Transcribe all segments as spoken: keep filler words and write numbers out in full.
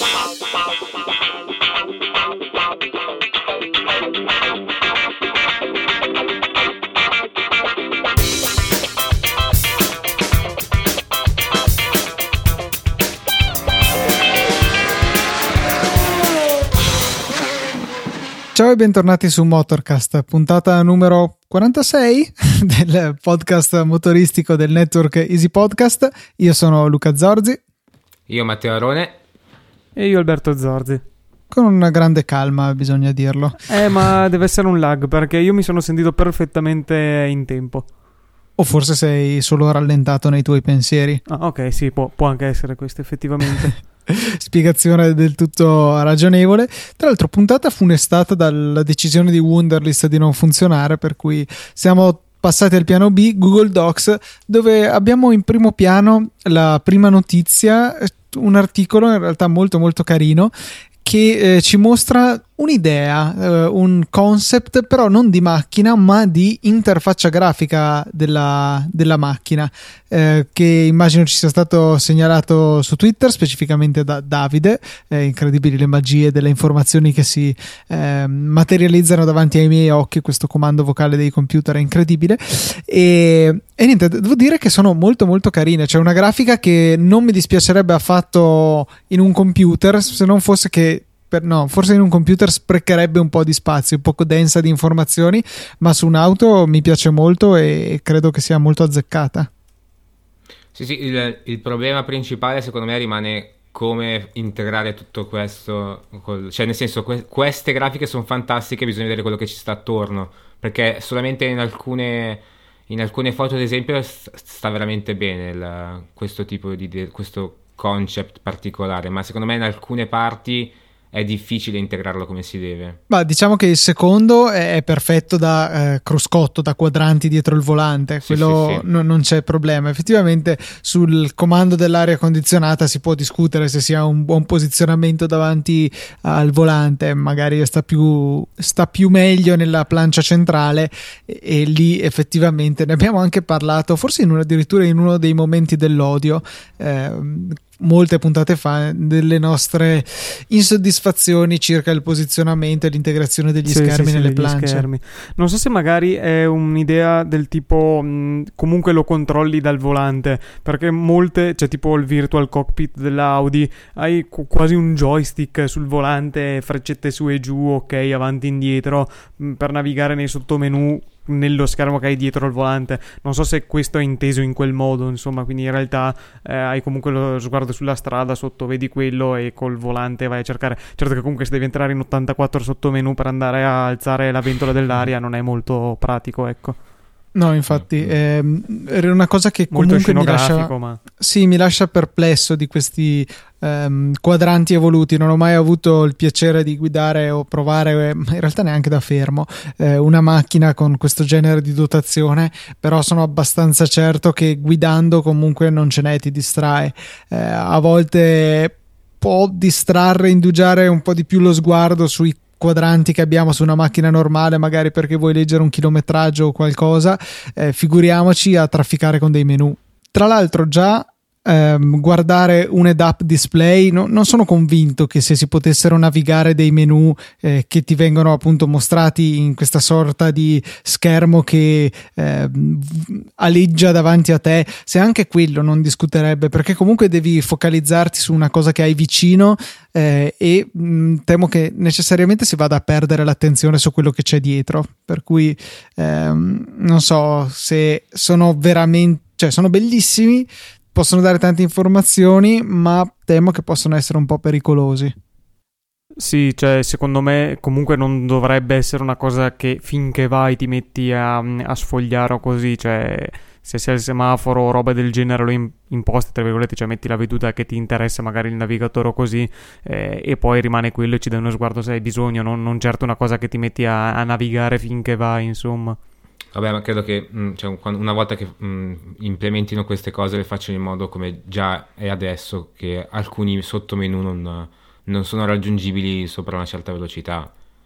Ciao e bentornati su Motorcast, puntata numero quarantasei del podcast motoristico del network Easy Podcast. Io sono Luca Zorzi. Io Matteo Arone. E io Alberto Zorzi. Con una grande calma, bisogna dirlo. Eh, ma deve essere un lag, perché io mi sono sentito perfettamente in tempo. O forse sei solo rallentato nei tuoi pensieri. Ah, ok, sì, può, può anche essere questo, effettivamente. Spiegazione del tutto ragionevole. Tra l'altro, puntata funestata dalla decisione di Wunderlist di non funzionare, per cui siamo passati al piano B, Google Docs, dove abbiamo in primo piano la prima notizia, un articolo in realtà molto molto carino che eh, ci mostra un'idea, eh, un concept, però non di macchina ma di interfaccia grafica della, della macchina, eh, che immagino ci sia stato segnalato su Twitter, specificamente da Davide. Eh, incredibili le magie delle informazioni che si eh, materializzano davanti ai miei occhi. Questo comando vocale dei computer è incredibile, e, e niente, devo dire che sono molto molto carine. C'è una grafica che non mi dispiacerebbe affatto in un computer, se non fosse che Per, no, forse in un computer sprecherebbe un po' di spazio, un poco densa di informazioni, ma su un'auto mi piace molto e credo che sia molto azzeccata. Sì, sì, il, il problema principale secondo me rimane come integrare tutto questo, col, cioè nel senso que- queste grafiche sono fantastiche, bisogna vedere quello che ci sta attorno, perché solamente in alcune, in alcune foto ad esempio sta veramente bene il, questo tipo di, di questo concept particolare, ma secondo me in alcune parti è difficile integrarlo come si deve. Ma diciamo che il secondo è perfetto da eh, cruscotto, da quadranti dietro il volante, sì, quello sì, sì. No, non c'è problema. Effettivamente sul comando dell'aria condizionata si può discutere se sia un buon posizionamento davanti al volante, magari sta più, sta più meglio nella plancia centrale, e, e lì effettivamente ne abbiamo anche parlato, forse in un, addirittura in uno dei momenti dell'odio, eh, molte puntate fa, delle nostre insoddisfazioni circa il posizionamento e l'integrazione degli sì, schermi sì, nelle sì, plance. Schermi. Non so se magari è un'idea del tipo mh, comunque lo controlli dal volante, perché molte, cioè tipo il virtual cockpit dell'Audi, hai qu- quasi un joystick sul volante, freccette su e giù, ok, avanti e indietro, mh, per navigare nei sottomenu nello schermo che hai dietro il volante. Non so se questo è inteso in quel modo, insomma, quindi in realtà eh, hai comunque lo sguardo sulla strada, sotto vedi quello e col volante vai a cercare. Certo che comunque se devi entrare in ottantaquattro sottomenu per andare a alzare la ventola dell'aria non è molto pratico, ecco. No, infatti ehm, era una cosa che molto comunque mi lascia, ma... sì, mi lascia perplesso di questi ehm, quadranti evoluti. Non ho mai avuto il piacere di guidare o provare, ma in realtà neanche da fermo, eh, una macchina con questo genere di dotazione, però sono abbastanza certo che guidando comunque non ce n'è, ti distrae. Eh, a volte può distrarre, indugiare un po' di più lo sguardo sui quadranti che abbiamo su una macchina normale, magari perché vuoi leggere un chilometraggio o qualcosa, eh, figuriamoci a trafficare con dei menu. Tra l'altro già ehm, guardare un head-up display, no, non sono convinto che se si potessero navigare dei menu eh, che ti vengono appunto mostrati in questa sorta di schermo che eh, aleggia davanti a te, se anche quello non discuterebbe, perché comunque devi focalizzarti su una cosa che hai vicino, eh, e mh, temo che necessariamente si vada a perdere l'attenzione su quello che c'è dietro, per cui ehm, non so se sono veramente, cioè sono bellissimi, possono dare tante informazioni, ma temo che possono essere un po' pericolosi. Sì, cioè secondo me comunque non dovrebbe essere una cosa che finché vai ti metti a, a sfogliare o così, cioè se sei al semaforo o roba del genere lo imposti, tra virgolette, cioè metti la veduta che ti interessa, magari il navigatore o così, eh, e poi rimane quello e ci dai uno sguardo se hai bisogno, non, non certo una cosa che ti metti a, a navigare finché vai, insomma. Vabbè, ma credo che mh, cioè, una volta che mh, implementino queste cose le facciano in modo come già è adesso, che alcuni sottomenu non, non sono raggiungibili sopra una certa velocità.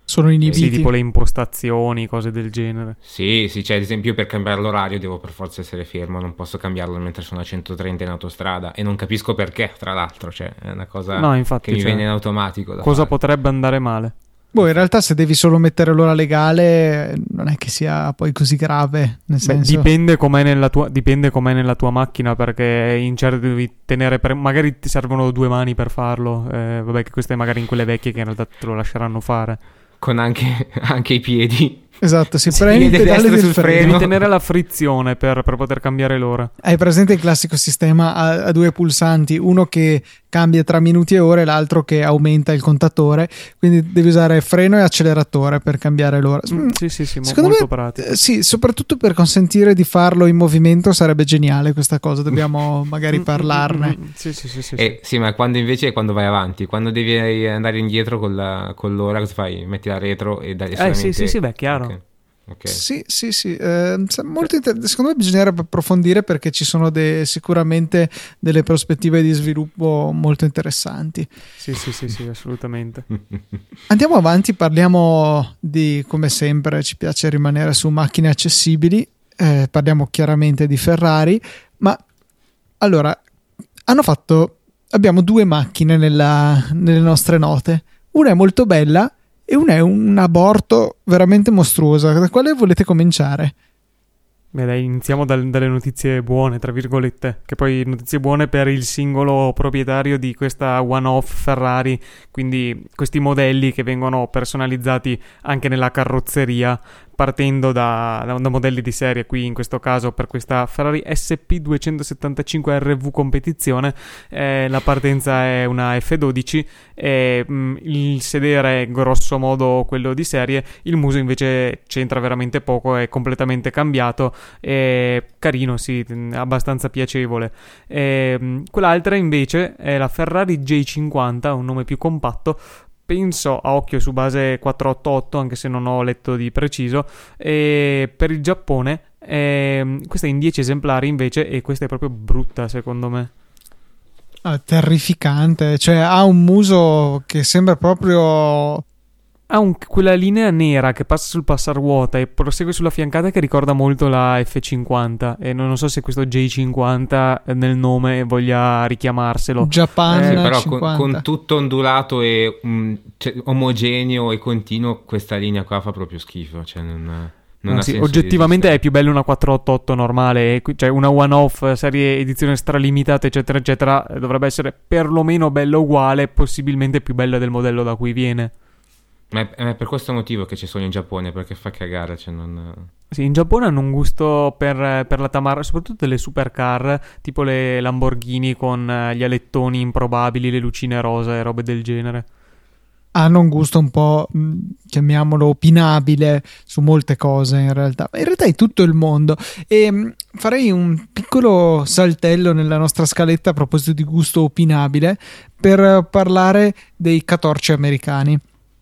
sono inibiti. Sì, tipo le impostazioni, cose del genere. Sì, sì, cioè ad esempio per cambiare l'orario devo per forza essere fermo, non posso cambiarlo mentre sono a centotrenta in autostrada e non capisco perché, tra l'altro, cioè è una cosa no, infatti, che mi cioè, viene in automatico da cosa fare. potrebbe andare male? Boh, in realtà se devi solo mettere l'ora legale non è che sia poi così grave, nel Beh, senso... dipende com'è nella tua dipende com'è nella tua macchina, perché in certi devi tenere pre- magari ti servono due mani per farlo, eh, vabbè che queste magari in quelle vecchie che in realtà te lo lasceranno fare. Con anche, anche i piedi. Esatto, si Si prende il vede pedale destra del sul freno. freno. Devi tenere la frizione per, per poter cambiare l'ora. Hai presente il classico sistema a, a due pulsanti, uno che cambia tra minuti e ore e l'altro che aumenta il contatore, quindi devi usare freno e acceleratore per cambiare l'ora. Mm, sì, sì, sì, mo- Secondo molto me, pratico. eh, sì, soprattutto per consentire di farlo in movimento sarebbe geniale questa cosa, dobbiamo magari Mm, parlarne. mm, mm, mm. Sì, sì, sì, sì, Eh, sì, ma quando invece quando vai avanti, quando devi andare indietro con, la, con l'ora, cosa fai? Metti la retro e dai sì. Eh solamente... sì, sì, sì, beh, chiaro. Ok. Ok. Sì, sì, sì. Eh, sa- molto inter- secondo me bisognerebbe approfondire perché ci sono de- sicuramente delle prospettive di sviluppo molto interessanti. Sì, sì, sì, sì, assolutamente. Andiamo avanti, parliamo di, come sempre, ci piace rimanere su macchine accessibili, eh, parliamo chiaramente di Ferrari, ma allora, hanno fatto, abbiamo due macchine nella- nelle nostre note, una è molto bella e una è un aborto veramente mostruosa. Da quale volete cominciare? Beh, dai, iniziamo dal- dalle notizie buone, tra virgolette, che poi notizie buone per il singolo proprietario di questa one-off Ferrari, quindi questi modelli che vengono personalizzati anche nella carrozzeria, partendo da, da, da modelli di serie. Qui in questo caso per questa Ferrari S P duecentosettantacinque R V competizione, eh, la partenza è una F dodici, e, mh, il sedere è grosso modo quello di serie, il muso invece c'entra veramente poco, è completamente cambiato, è carino, sì, abbastanza piacevole. E, quell'altra invece è la Ferrari J cinquanta, un nome più compatto, penso a occhio su base quattrocentottantotto, anche se non ho letto di preciso, e per il Giappone eh, questa è in dieci esemplari invece, e questa è proprio brutta secondo me. Ah, terrificante, cioè ha un muso che sembra proprio... Ha un, quella linea nera che passa sul passaruota e prosegue sulla fiancata che ricorda molto la F cinquanta, e non, non so se questo J cinquanta nel nome voglia richiamarselo. Japan Eh, sì, però con, cinquanta. con tutto ondulato e um, cioè, omogeneo e continuo, questa linea qua fa proprio schifo, cioè non... Non Ah, ha sì, senso di oggettivamente esistere. è più bella una quattrocentottantotto normale, e qui- cioè una one-off, serie edizione stralimitata eccetera eccetera, dovrebbe essere perlomeno bella uguale, possibilmente più bella del modello da cui viene. Ma è, è per questo motivo che ci sono in Giappone, perché fa cagare, cioè non... Sì, in Giappone hanno un gusto per, per la tamarra, soprattutto delle supercar, tipo le Lamborghini con eh, gli alettoni improbabili, le lucine rosa e robe del genere. Hanno un gusto un po', mh, chiamiamolo, opinabile su molte cose in realtà. Ma in realtà è tutto il mondo. E mh, farei un piccolo saltello nella nostra scaletta a proposito di gusto opinabile per parlare dei catorci americani.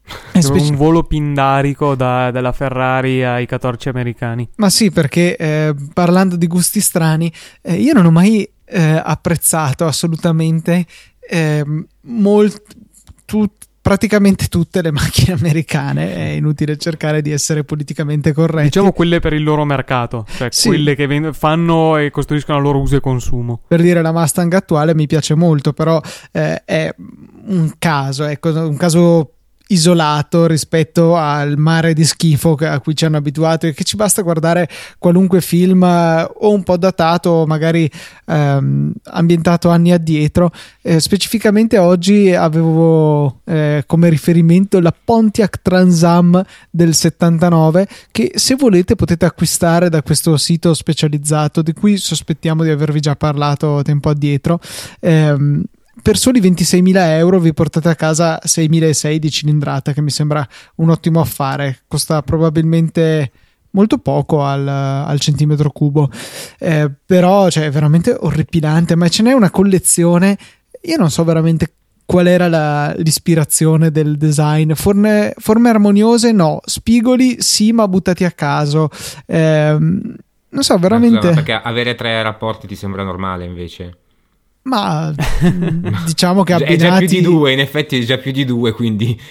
È speci- Un volo pindarico da- dalla Ferrari ai catorci americani. Ma sì, perché eh, parlando di gusti strani, eh, io non ho mai eh, apprezzato assolutamente eh, molt- tut- praticamente tutte le macchine americane. È inutile cercare di essere politicamente corretti. Diciamo quelle per il loro mercato, cioè Sì. quelle che vend- fanno e costruiscono a loro uso e consumo. Per dire, la Mustang attuale mi piace molto, però eh, è un caso, ecco, un caso isolato rispetto al mare di schifo a cui ci hanno abituato, e che ci basta guardare qualunque film eh, o un po' datato o magari ehm, ambientato anni addietro. Eh, specificamente oggi avevo eh, come riferimento la Pontiac Trans Am del settantanove, che se volete potete acquistare da questo sito specializzato di cui sospettiamo di avervi già parlato tempo addietro. ehm, Per soli ventiseimila euro vi portate a casa seimilasei di cilindrata, che mi sembra un ottimo affare. Costa probabilmente molto poco al, al centimetro cubo, eh, però cioè, è veramente orripilante. Ma ce n'è una collezione, io non so veramente qual era la, l'ispirazione del design. Forme, forme armoniose no, spigoli sì, ma buttati a caso. Eh, non so, veramente... Ma scusa, ma perché avere tre rapporti ti sembra normale invece? Ma mh, diciamo che È già più abbinati... di due, in effetti è già più di due, quindi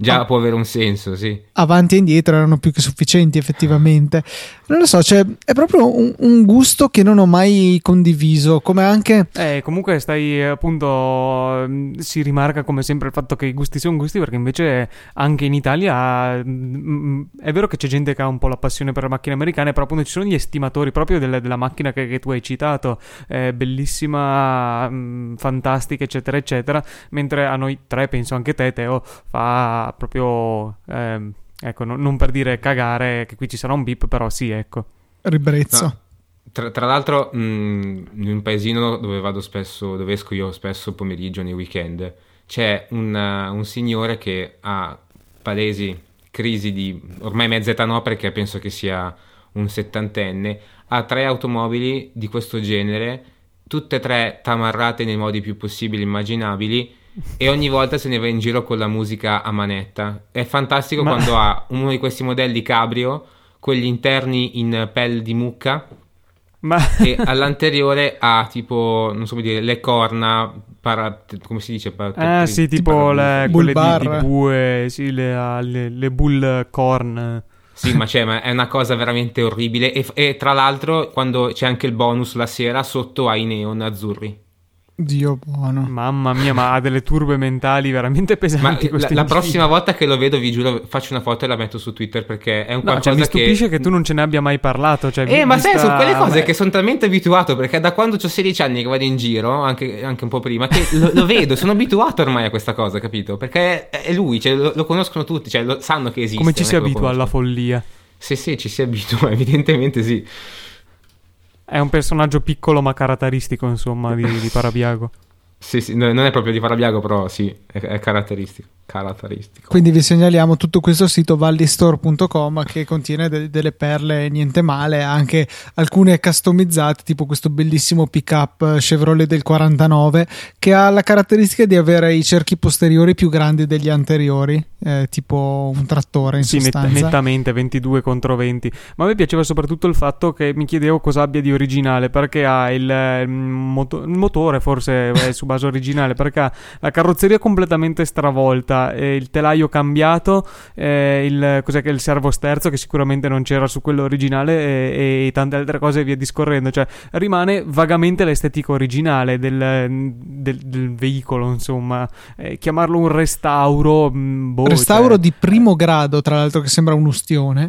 già oh. può avere un senso, sì. Avanti e indietro erano più che sufficienti, effettivamente. Non lo so, cioè è proprio un, un gusto che non ho mai condiviso, come anche... Eh, comunque stai appunto, si rimarca come sempre il fatto che i gusti sono gusti, perché invece anche in Italia mh, è vero che c'è gente che ha un po' la passione per le macchine americane, però appunto ci sono gli estimatori proprio delle, della macchina che, che tu hai citato, eh, bellissima, mh, fantastica, eccetera, eccetera, mentre a noi tre, penso anche te, Teo, fa proprio... Ehm, ecco, no, non per dire cagare che qui ci sarà un beep, però sì, ecco. Ribrezzo. No. Tra, tra l'altro, mh, in un paesino dove vado spesso, dove esco io spesso pomeriggio nei weekend, c'è un, uh, un signore che ha palesi crisi di ormai mezza età, no, perché penso che sia un settantenne, ha tre automobili di questo genere, tutte e tre tamarrate nei modi più possibili immaginabili, e ogni volta se ne va in giro con la musica a manetta. È fantastico. Ma... quando ha uno di questi modelli cabrio, quelli interni in pelle di mucca, ma... e all'anteriore ha tipo, non so come dire, le corna para... come si dice? Para... Ah sì, tipo, tipo le, quelle di, di bue, sì, le, le, le bull corn. Sì, ma, c'è, ma è una cosa veramente orribile. E, e tra l'altro, quando c'è anche il bonus la sera, sotto ha i neon azzurri. Dio buono. Mamma mia, ma ha delle turbe mentali veramente pesanti. Ma la, la prossima volta che lo vedo, vi giuro, faccio una foto e la metto su Twitter, perché è un no, qualcosa cioè, mi stupisce che... che tu non ce ne abbia mai parlato. Cioè, eh, ma vista... sai, sono quelle cose Beh. che sono talmente abituato, perché da quando ho sedici anni che vado in giro, anche, anche un po' prima, che lo, lo vedo, sono abituato ormai a questa cosa, capito? Perché è lui, cioè, lo, lo conoscono tutti, cioè, lo, sanno che esiste. Come ci si abitua alla follia? Sì, sì, ci si abitua, evidentemente sì. È un personaggio piccolo ma caratteristico, insomma, di, di Parabiago. Sì, sì, non è proprio di Parabiago, però sì, è, è caratteristico, caratteristico. Quindi vi segnaliamo tutto questo sito vallistore punto com che contiene de- delle perle niente male, anche alcune customizzate, tipo questo bellissimo pick-up Chevrolet del quarantanove che ha la caratteristica di avere i cerchi posteriori più grandi degli anteriori, eh, tipo un trattore in sì, sostanza. Net- nettamente ventidue contro venti. Ma a me piaceva soprattutto il fatto che mi chiedevo cosa abbia di originale, perché ha il, il, moto- il motore forse è su base originale, perché ha la carrozzeria completamente stravolta, e il telaio cambiato, eh, il, cos'è che il servosterzo che sicuramente non c'era su quello originale, e, e tante altre cose via discorrendo. Cioè rimane vagamente l'estetica originale del, del, del veicolo, insomma. Eh, chiamarlo un restauro, boh, restauro cioè... di primo grado, tra l'altro, che sembra un ustione.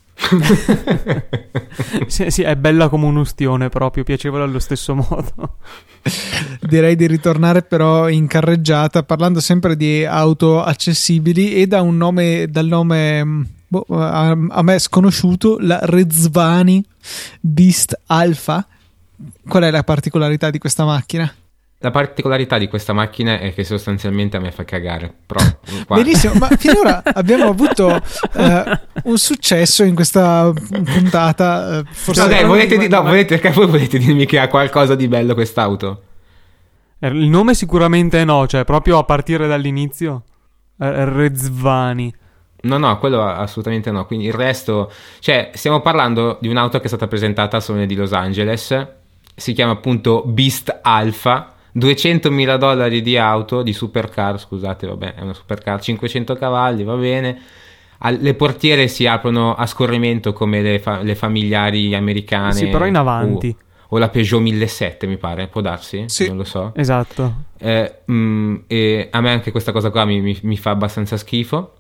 sì, sì, è bella come un ustione, proprio piacevole allo stesso modo. Direi di ritornare però in carreggiata, parlando sempre di auto accessibili, e da un nome, dal nome boh, a, a me sconosciuto, la Rezvani Beast Alpha. Qual è la particolarità di questa macchina? La particolarità di questa macchina è che sostanzialmente a me fa cagare. Però, benissimo, ma finora abbiamo avuto eh, un successo in questa puntata. Eh, forse no, dai, volete, di, no, volete, perché voi volete dirmi che ha qualcosa di bello quest'auto? Il nome sicuramente no, cioè proprio a partire dall'inizio. Eh, Rezvani. No, no, quello assolutamente no. Quindi il resto, cioè, stiamo parlando di un'auto che è stata presentata al Salone di Los Angeles. Si chiama appunto Beast Alpha. duecentomila dollari di auto, di supercar, scusate, vabbè, è una supercar, cinquecento cavalli, va bene. Le portiere si aprono a scorrimento come le, fa- le familiari americane. Sì, però in avanti. O, o la Peugeot millesettecento, mi pare, può darsi? Sì. Non lo so. Esatto. Eh, mh, e a me anche questa cosa qua mi, mi, mi fa abbastanza schifo.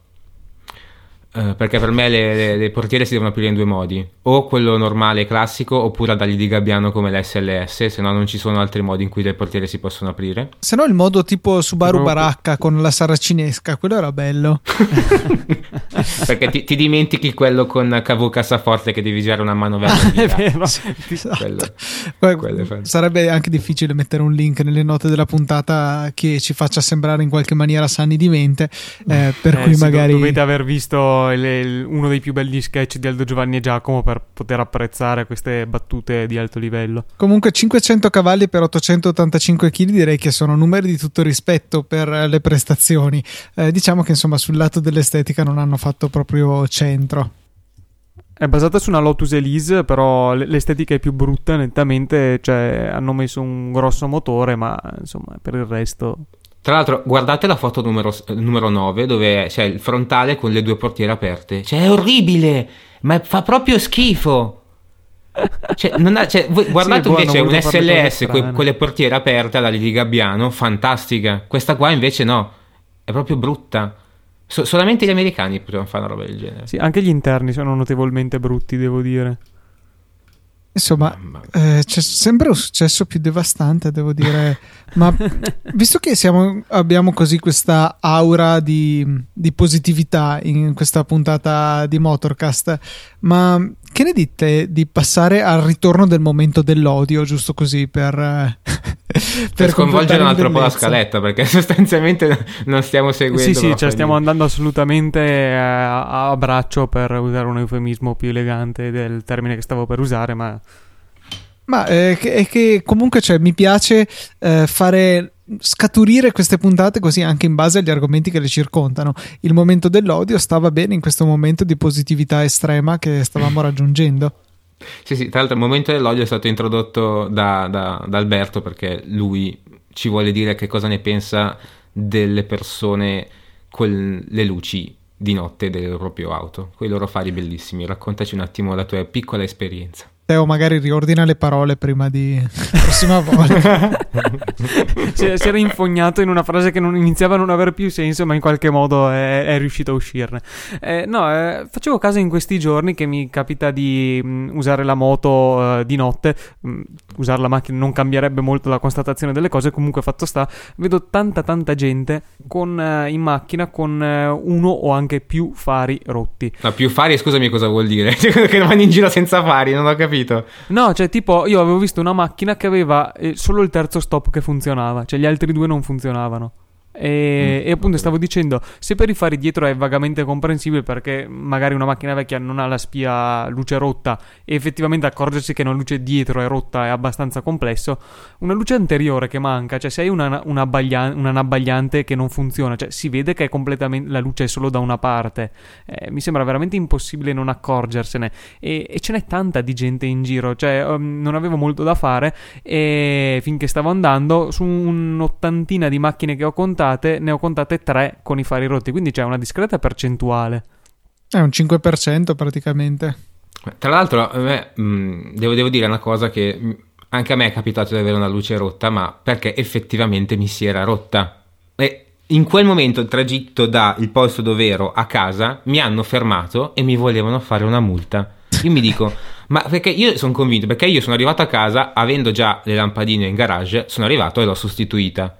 Uh, perché per me le, le, le portiere si devono aprire in due modi, o quello normale classico, oppure a dargli di gabbiano come l'S L S, se no non ci sono altri modi in cui le portiere si possono aprire. Se no il modo tipo Subaru Baracca con la saracinesca, quello era bello. Perché ti, ti dimentichi quello con cavo cassaforte che devi girare una manovella. È vero. Esatto. quello, Poi, quello sarebbe anche difficile mettere un link nelle note della puntata che ci faccia sembrare in qualche maniera sani di mente, eh, per eh, cui sì, magari dovete aver visto Il, il, uno dei più belli sketch di Aldo Giovanni e Giacomo per poter apprezzare queste battute di alto livello. Comunque cinquecento cavalli per ottocentottantacinque chili direi che sono numeri di tutto rispetto per le prestazioni. Eh, diciamo che insomma sul lato dell'estetica non hanno fatto proprio centro. È basata su una Lotus Elise, però l'estetica è più brutta nettamente, cioè hanno messo un grosso motore, ma insomma per il resto... Tra l'altro, guardate la foto numero, numero nove, dove c'è il frontale con le due portiere aperte. Cioè, è orribile, ma fa proprio schifo. Cioè, non ha, cioè, voi, guardate sì, invece un S L S con, con le portiere aperte alla Lili Gabbiano, fantastica. Questa qua invece no, è proprio brutta. So, solamente gli americani potevano fare una roba del genere. Sì, anche gli interni sono notevolmente brutti, devo dire. Insomma, eh, c'è sempre un successo più devastante, devo dire. Ma visto che siamo, abbiamo così questa aura di, di positività in questa puntata di Motorcast, ma che ne dite di passare al ritorno del momento dell'odio, giusto così per per, per sconvolgere un altro po' la scaletta, perché sostanzialmente non stiamo seguendo. Sì, sì, cioè stiamo andando assolutamente a, a braccio, per usare un eufemismo più elegante del termine che stavo per usare, ma ma è che, è che comunque, cioè, mi piace eh, fare scaturire queste puntate così, anche in base agli argomenti che le circondano. Il momento dell'odio stava bene in questo momento di positività estrema che stavamo raggiungendo. Sì, sì, tra l'altro il momento dell'odio è stato introdotto da, da, da Alberto, perché lui ci vuole dire che cosa ne pensa delle persone con le luci di notte delle proprie auto, quei loro fari bellissimi. Raccontaci un attimo la tua piccola esperienza. Teo magari riordina le parole prima di la prossima volta. si, si era infognato in una frase che non iniziava a non avere più senso, ma in qualche modo è, è riuscito a uscirne. Eh, no, eh, facevo caso in questi giorni che mi capita di mh, usare la moto uh, di notte. Mh, usare la macchina non cambierebbe molto la constatazione delle cose, comunque fatto sta, vedo tanta tanta gente con uh, in macchina con uh, uno o anche più fari rotti. Ma più fari, scusami, cosa vuol dire? Che vanno in giro senza fari, non ho capito. No, cioè tipo io avevo visto una macchina che aveva eh, solo il terzo stop che funzionava, cioè gli altri due non funzionavano. E, mm, e appunto stavo dicendo, se per i fari dietro è vagamente comprensibile, perché magari una macchina vecchia non ha la spia luce rotta e effettivamente accorgersi che una luce dietro è rotta è abbastanza complesso, una luce anteriore che manca, cioè se hai una, una, abbaglia, una abbagliante che non funziona, cioè si vede che è completamente, la luce è solo da una parte, eh, mi sembra veramente impossibile non accorgersene, e, e ce n'è tanta di gente in giro, cioè um, non avevo molto da fare, e finché stavo andando su un'ottantina di macchine che ho contato ne ho contate tre con i fari rotti, quindi c'è una discreta percentuale. È un cinque per cento praticamente. Tra l'altro a me, mh, devo, devo dire una cosa, che mh, anche a me è capitato di avere una luce rotta, ma perché effettivamente mi si era rotta, e in quel momento il tragitto da il posto dove ero a casa mi hanno fermato e mi volevano fare una multa. Io mi dico, ma perché io sono convinto, perché io sono arrivato a casa avendo già le lampadine in garage, sono arrivato e l'ho sostituita.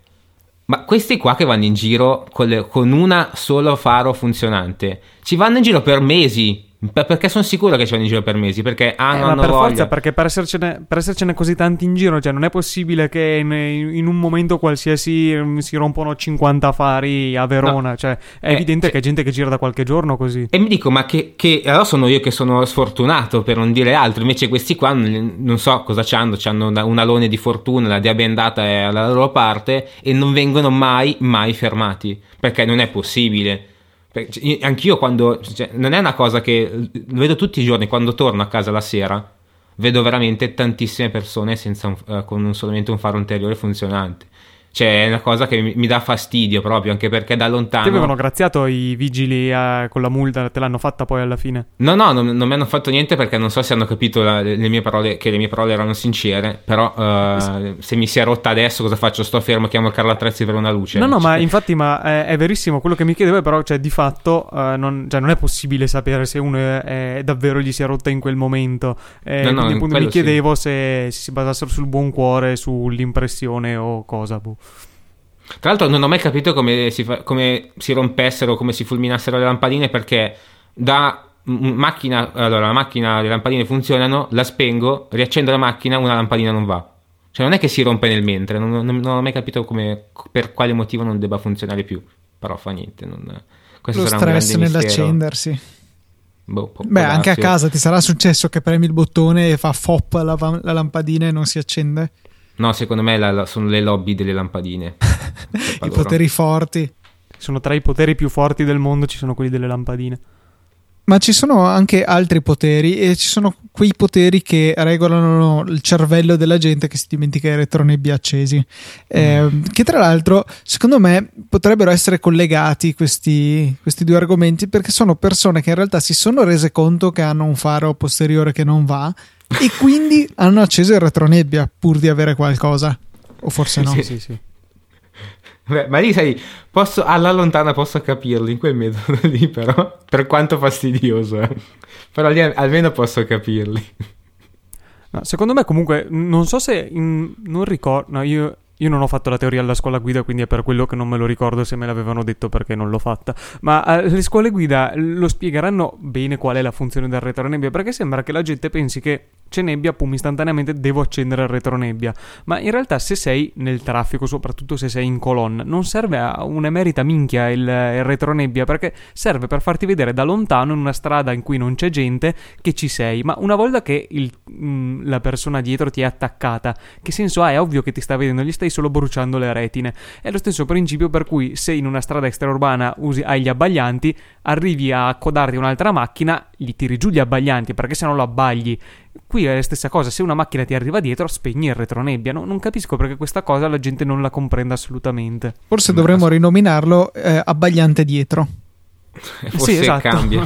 Ma questi qua che vanno in giro con, le, con una solo faro funzionante ci vanno in giro per mesi, perché sono sicuro che ci vanno in giro per mesi, perché ah, eh, non ma hanno per voglia. forza, perché per essercene, per essercene così tanti in giro, cioè non è possibile che in, in un momento qualsiasi si rompono cinquanta fari a Verona, no. Cioè è eh, evidente cioè, che è gente che gira da qualche giorno così. E mi dico, ma che, che allora sono io che sono sfortunato, per non dire altro, invece questi qua non, non so cosa c'hanno, c'hanno una, un alone di fortuna, la diabendata è alla loro parte e non vengono mai mai fermati, perché non è possibile. Anch'io quando, cioè, non è una cosa che lo vedo tutti i giorni, quando torno a casa la sera vedo veramente tantissime persone senza un, uh, con un, solamente un faro anteriore funzionante. Cioè è una cosa che mi, mi dà fastidio proprio, anche perché da lontano... Ti avevano graziato i vigili eh, con la multa, te l'hanno fatta poi alla fine? No, no, non, non mi hanno fatto niente, perché non so se hanno capito la, le mie parole, che le mie parole erano sincere, però uh, se mi si è rotta adesso cosa faccio? Sto fermo, chiamo il carro attrezzi per una luce? No, no, cioè... ma infatti ma è, è verissimo, quello che mi chiedevo è però, cioè di fatto uh, non, cioè, non è possibile sapere se uno è, è davvero gli si è rotta in quel momento, eh, no, no, quindi appunto mi chiedevo sì. se, se si basassero sul buon cuore, sull'impressione o cosa, boh. Tra l'altro non ho mai capito come si, fa, come si rompessero, come si fulminassero le lampadine, perché da macchina, allora la macchina, le lampadine funzionano, la spengo, riaccendo la macchina, una lampadina non va. Cioè non è che si rompe nel mentre, non, non, non ho mai capito come, per quale motivo non debba funzionare più, però fa niente. Non, questo lo sarà stress un grande nell'accendersi. Boh, può, Beh, può anche a casa ti sarà successo che premi il bottone e fa fop la, la lampadina e non si accende? No, secondo me la, la, sono le lobby delle lampadine. I loro. Poteri forti. Sono tra i poteri più forti del mondo, ci sono quelli delle lampadine. Ma ci sono anche altri poteri, e ci sono quei poteri che regolano il cervello della gente che si dimentica i retronebbia accesi, eh, mm. che tra l'altro secondo me potrebbero essere collegati questi, questi due argomenti, perché sono persone che in realtà si sono rese conto che hanno un faro posteriore che non va e quindi hanno acceso il retronebbia pur di avere qualcosa, o forse no. Sì, sì, sì. Beh, ma lì sai, posso, alla lontana posso capirlo in quel metodo lì, però per quanto fastidioso è. Però lì almeno posso capirli. No, secondo me comunque non so se in, non ricordo, no, io Io non ho fatto la teoria alla scuola guida, quindi è per quello che non me lo ricordo se me l'avevano detto, perché non l'ho fatta. Ma eh, le scuole guida lo spiegheranno bene qual è la funzione del retronebbia, perché sembra che la gente pensi che c'è nebbia, pum, istantaneamente devo accendere il retronebbia. Ma in realtà se sei nel traffico, soprattutto se sei in colonna, non serve a un'emerita minchia il, il retronebbia, perché serve per farti vedere da lontano in una strada in cui non c'è gente che ci sei. Ma una volta che il, mh, la persona dietro ti è attaccata, che senso ha? È ovvio che ti sta vedendo, gli stai solo bruciando le retine. È lo stesso principio per cui se in una strada extraurbana usi, hai gli abbaglianti, arrivi a codarti un'altra macchina, gli tiri giù gli abbaglianti perché sennò lo abbagli. Qui è la stessa cosa, se una macchina ti arriva dietro spegni il retronebbia. No, non capisco perché questa cosa la gente non la comprende assolutamente. Forse dovremmo rinominarlo eh, abbagliante dietro. Forse sì, esatto. Cambia.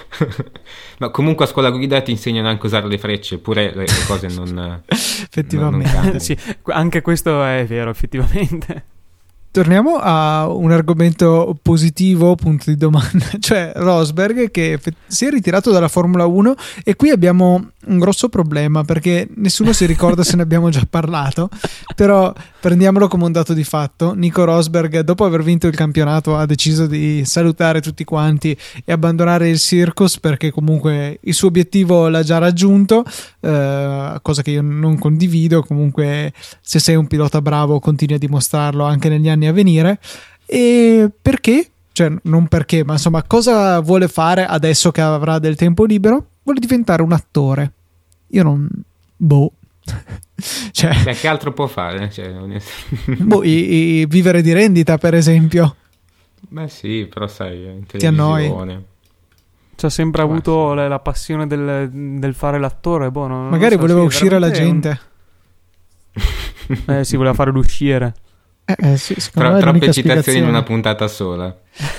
Ma comunque a scuola guida ti insegnano anche a usare le frecce, eppure le, le cose non effettivamente non, non sì, anche questo è vero, effettivamente. Torniamo a un argomento positivo, punto di domanda, cioè Rosberg che si è ritirato dalla Formula uno, e qui abbiamo un grosso problema perché nessuno si ricorda se ne abbiamo già parlato, però prendiamolo come un dato di fatto. Nico Rosberg, dopo aver vinto il campionato, ha deciso di salutare tutti quanti e abbandonare il circus, perché comunque il suo obiettivo l'ha già raggiunto, eh, cosa che io non condivido. Comunque se sei un pilota bravo continui a dimostrarlo anche negli anni a venire. E perché? Cioè non perché, ma insomma, cosa vuole fare adesso che avrà del tempo libero? Vuole diventare un attore. Io non... boh. Cioè, beh, che altro può fare? Cioè, boh, i, i vivere di rendita, per esempio. Beh sì, però sai, in ti annoi. C'ha sempre ma avuto sì. la, la passione del, del fare l'attore. Boh, non, magari non so, voleva sì, uscire la gente. Un... eh sì, voleva fare l'usciere. Eh, eh, sì, Tro- troppe citazioni in una puntata sola.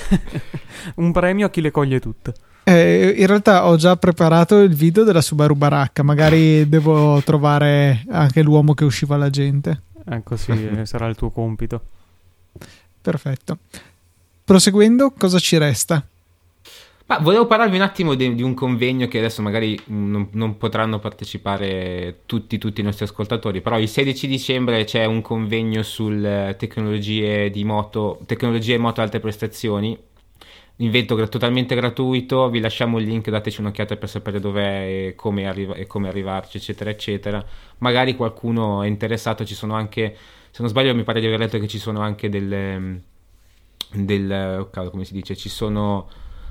Un premio a chi le coglie tutte. Eh, in realtà ho già preparato il video della Subaru Baracca. Magari devo trovare anche l'uomo che usciva la gente. Ecco, sì, sarà il tuo compito. Perfetto. Proseguendo, cosa ci resta? Ma volevo parlarvi un attimo di, di un convegno che adesso magari non, non potranno partecipare tutti, tutti i nostri ascoltatori, però il sedici dicembre c'è un convegno sulle tecnologie di moto, tecnologie moto e altre prestazioni, un evento totalmente gratuito. Vi lasciamo il link, dateci un'occhiata per sapere dov'è e come, arriva, e come arrivarci, eccetera eccetera. Magari qualcuno è interessato. Ci sono anche, se non sbaglio mi pare di aver letto che ci sono anche delle del, oh cavolo, come si dice, ci sono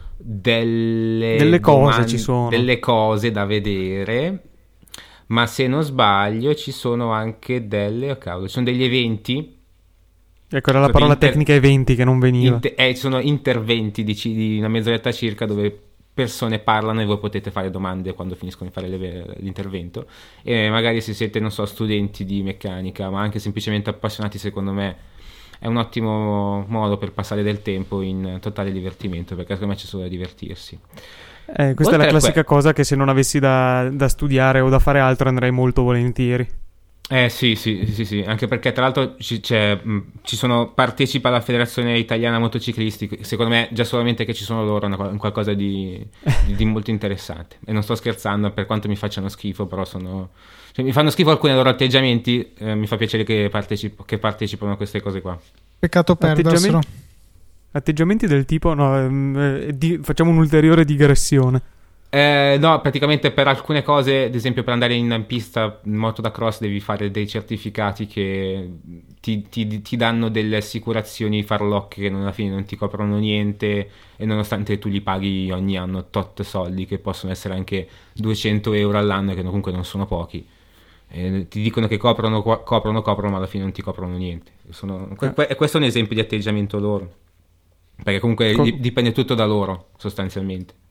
delle, delle cose domande, ci sono delle cose da vedere, ma se non sbaglio ci sono anche delle, oh cavolo, ci sono degli eventi. Ecco, era la parola inter- tecnica eventi che non veniva. Inter- eh, sono interventi di, di una mezz'oretta circa, dove persone parlano e voi potete fare domande quando finiscono di fare le, l'intervento. E magari se siete, non so, studenti di meccanica, ma anche semplicemente appassionati, secondo me è un ottimo modo per passare del tempo in totale divertimento, perché secondo me c'è solo da divertirsi. Eh, questa Oltre è la classica que- cosa che se non avessi da, da studiare o da fare altro andrei molto volentieri. Eh sì, sì, sì, sì, anche perché tra l'altro ci, c'è, mh, ci sono, partecipa la Federazione Italiana Motociclisti, secondo me già solamente che ci sono loro è una, qualcosa di, di, di molto interessante. E non sto scherzando, per quanto mi facciano schifo, però sono... Cioè, mi fanno schifo alcuni loro atteggiamenti, eh, mi fa piacere che, partecip- che partecipano a queste cose qua. Peccato perderselo. Atteggiamenti, atteggiamenti del tipo, no, eh, di, facciamo un'ulteriore digressione. Eh, no, praticamente per alcune cose, ad esempio per andare in pista in moto da cross devi fare dei certificati che ti, ti, ti danno delle assicurazioni farlocche che non, alla fine non ti coprono niente, e nonostante tu gli paghi ogni anno tot soldi, che possono essere anche duecento euro all'anno, che comunque non sono pochi. Eh, ti dicono che coprono, coprono, coprono, ma alla fine non ti coprono niente. Sono, que- que- questo è un esempio di atteggiamento loro, perché comunque Com- dipende tutto da loro, sostanzialmente.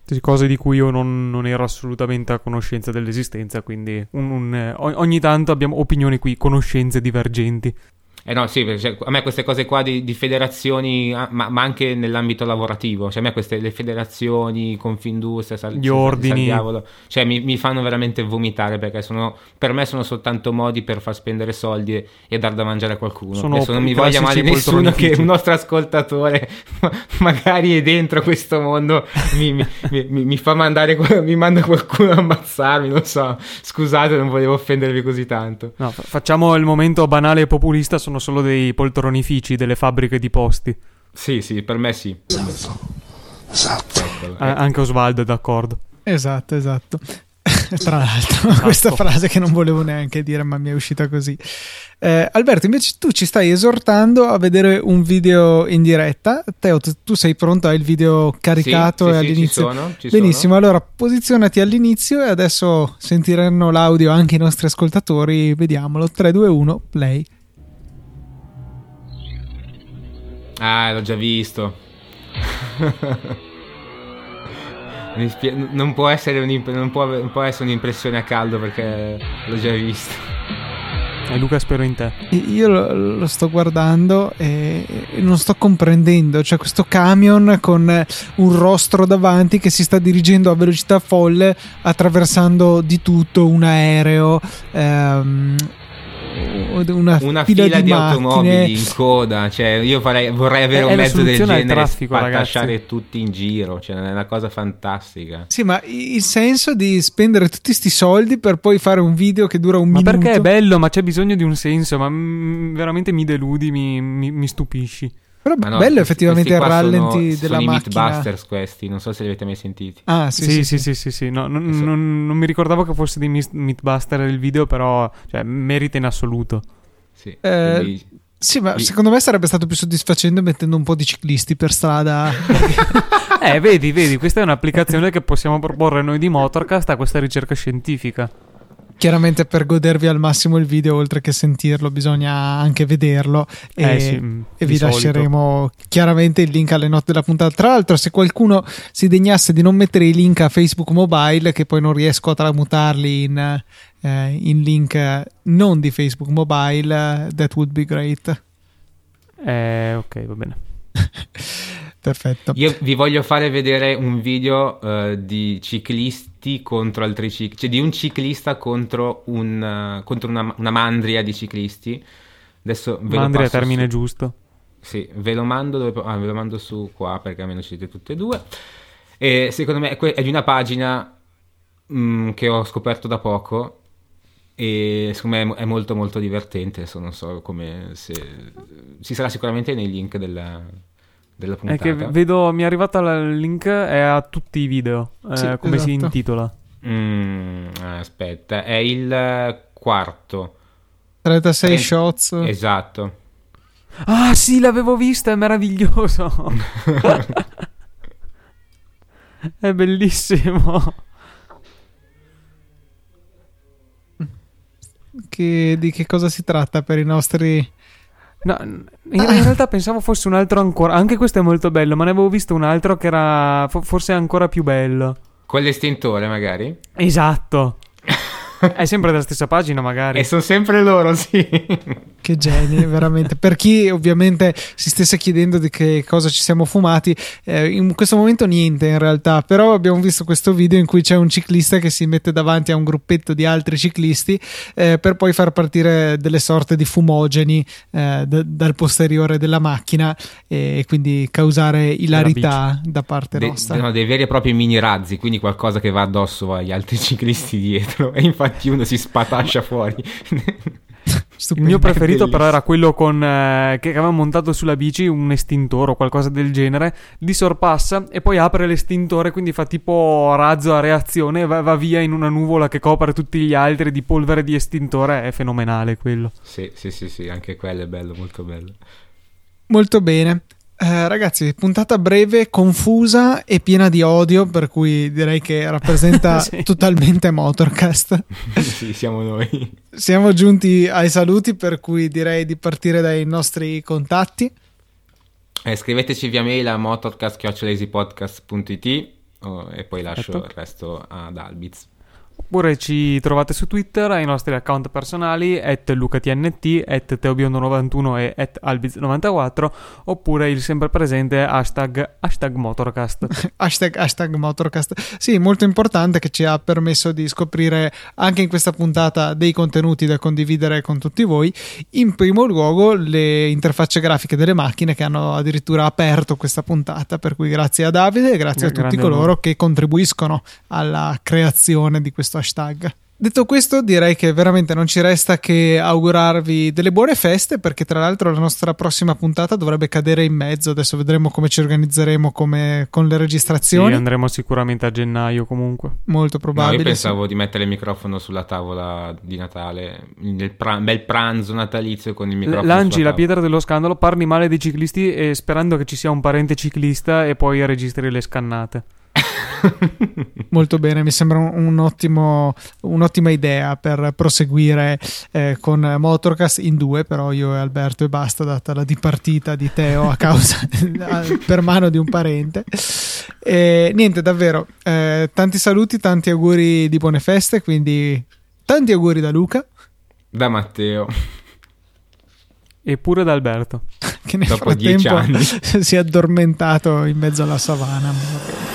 cose di cui io non, non ero assolutamente a conoscenza dell'esistenza, quindi un, un, ogni tanto abbiamo opinioni qui, conoscenze divergenti. Eh no, sì, cioè, a me queste cose qua di, di federazioni, ma, ma anche nell'ambito lavorativo, cioè a me queste le federazioni, Confindustria, sal, gli ordini, sal diavolo, cioè mi, mi fanno veramente vomitare, perché sono, per me sono soltanto modi per far spendere soldi e, e dar da mangiare a qualcuno. Sono Adesso non mi voglia male nessuno che un nostro ascoltatore magari è dentro questo mondo, mi, mi, mi, mi fa mandare, mi manda qualcuno a ammazzarmi, non so, scusate, non volevo offendervi così tanto. No, facciamo il momento banale e populista, sono solo dei poltronifici delle fabbriche di posti. Sì, sì, per me sì. Esatto. Esatto. Eh, anche Osvaldo è d'accordo. Esatto, esatto. Tra l'altro, esatto. Questa frase che non volevo neanche dire, ma mi è uscita così. Eh, Alberto, invece tu ci stai esortando a vedere un video in diretta. Teo, tu, tu sei pronto? Hai il video caricato? Sì, sì, e sì, all'inizio? ci sono, ci Benissimo, sono. allora posizionati all'inizio e adesso sentiranno l'audio anche i nostri ascoltatori. Vediamolo. tre, due, uno, play. Ah, l'ho già visto. Mi spie- non può essere un'imp- non può, non può essere un'impressione a caldo, perché l'ho già visto. E Luca, spero in te. Io lo, lo sto guardando e, e non sto comprendendo. C'è questo camion con un rostro davanti che si sta dirigendo a velocità folle, attraversando di tutto, un aereo, ehm, una, una fila, fila di, di macchine. automobili in coda, cioè io farei, vorrei avere È un la mezzo del soluzione al genere, traffico, spatasciare ragazzi. tutti in giro, cioè è una cosa fantastica. Sì, ma il senso di spendere tutti sti soldi per poi fare un video che dura un Ma minuto? perché è bello, ma c'è bisogno di un senso, ma mm, veramente mi deludi, mi, mi, mi stupisci. Però Ma no, bello questi- effettivamente il questi qua rallenti sono, della sono macchina. i Mythbusters questi, non so se li avete mai sentiti. Ah, sì, Sì, sì, sì, sì. sì, sì, sì. No, non, Sì. non- non mi ricordavo che fosse di Myth- Mythbuster il video, però cioè, merita in assoluto. Sì, Eh, quindi- Sì, ma Lì- secondo me sarebbe stato più soddisfacente mettendo un po' di ciclisti per strada. Eh, vedi, vedi, questa è un'applicazione che possiamo proporre noi di Motorcast a questa ricerca scientifica. Chiaramente per godervi al massimo il video, oltre che sentirlo, bisogna anche vederlo. E, Eh, sì, mm, e di vi solito. lasceremo chiaramente il link alle note della puntata. Tra l'altro, se qualcuno si degnasse di non mettere i link a Facebook Mobile, che poi non riesco a tramutarli in, eh, in link non di Facebook Mobile, that would be great. Eh, ok, va bene. Perfetto. Io vi voglio fare vedere un video eh, di ciclisti contro altri ciclisti, cioè di un ciclista contro, un, uh, contro una, una mandria di ciclisti. Adesso ve Mandria, lo passo termine su. giusto. Sì, ve lo mando dove, ah, ve lo mando su qua, perché almeno ci siete tutte e due. E secondo me è que- è di una pagina mh, che ho scoperto da poco, e secondo me è mo- è molto molto divertente. Adesso non so come, se ci sarà sicuramente nei link della, della È puntata. che vedo, mi è arrivata la- il link, è a tutti i video. Eh, Sì, come si esatto. intitola? Mm, aspetta, è il quarto. trentasei Trent- shots. Esatto. Ah, sì, l'avevo vista, è meraviglioso. È bellissimo. Che, di che cosa si tratta per i nostri... No, in, in realtà pensavo fosse un altro ancora. Anche questo è molto bello, ma ne avevo visto un altro che era fo- forse ancora più bello. Con l'estintore magari. Esatto. È sempre della stessa pagina, magari. E sono sempre loro, sì. Che geni, veramente. Per chi ovviamente si stesse chiedendo di che cosa ci siamo fumati, eh, in questo momento niente in realtà, però abbiamo visto questo video in cui c'è un ciclista che si mette davanti a un gruppetto di altri ciclisti eh, per poi far partire delle sorte di fumogeni eh, d- dal posteriore della macchina e quindi causare ilarità da parte De- nostra. no, dei veri e propri mini razzi, quindi qualcosa che va addosso agli altri ciclisti dietro, e infatti uno si spatascia fuori. Il mio È preferito bellissimo. però era quello con eh, che aveva montato sulla bici un estintore o qualcosa del genere, li sorpassa e poi apre l'estintore, quindi fa tipo razzo a reazione e va, va via in una nuvola che copre tutti gli altri di polvere di estintore. È fenomenale quello. Sì, sì, sì, sì, anche quello è bello, molto bello. Molto bene. Eh, ragazzi, puntata breve, confusa e piena di odio, per cui direi che rappresenta Sì. totalmente Motorcast. Sì, siamo noi. Siamo giunti ai saluti, per cui direi di partire dai nostri contatti. Eh, scriveteci via mail a motorcast chiocciola easypodcast punto it. oh, e poi lascio Perfetto. il resto ad Albiz. Oppure ci trovate su Twitter ai nostri account personali at lucatnt, at teobiondo novantuno e at albiz novantaquattro, oppure il sempre presente hashtag, hashtag Motorcast. hashtag, hashtag Motorcast. Sì, molto importante, che ci ha permesso di scoprire anche in questa puntata dei contenuti da condividere con tutti voi. In primo luogo le interfacce grafiche delle macchine, che hanno addirittura aperto questa puntata, per cui grazie a Davide e grazie a tutti Grande coloro onore. che contribuiscono alla creazione di questo hashtag. Detto questo, direi che veramente non ci resta che augurarvi delle buone feste, perché tra l'altro la nostra prossima puntata dovrebbe cadere in mezzo. Adesso vedremo come ci organizzeremo come con le Sì, registrazioni. andremo sicuramente a gennaio comunque. Molto No, probabile. io pensavo sì. di mettere il microfono sulla tavola di Natale, nel pra- bel pranzo natalizio con il microfono Lanci sulla la tavola. pietra dello scandalo, parli male dei ciclisti e sperando che ci sia un parente ciclista e poi registri le scannate. Molto bene, mi sembra un, un ottimo, un'ottima idea per proseguire eh, con Motorcast in due, però io e Alberto e basta, data la dipartita di Teo a causa per mano di un parente. E niente, davvero, eh, tanti saluti, tanti auguri di buone feste, quindi tanti auguri da Luca, Da Matteo. E pure da Alberto. che nel Dopo dieci frattempo anni. si è addormentato in mezzo alla savana.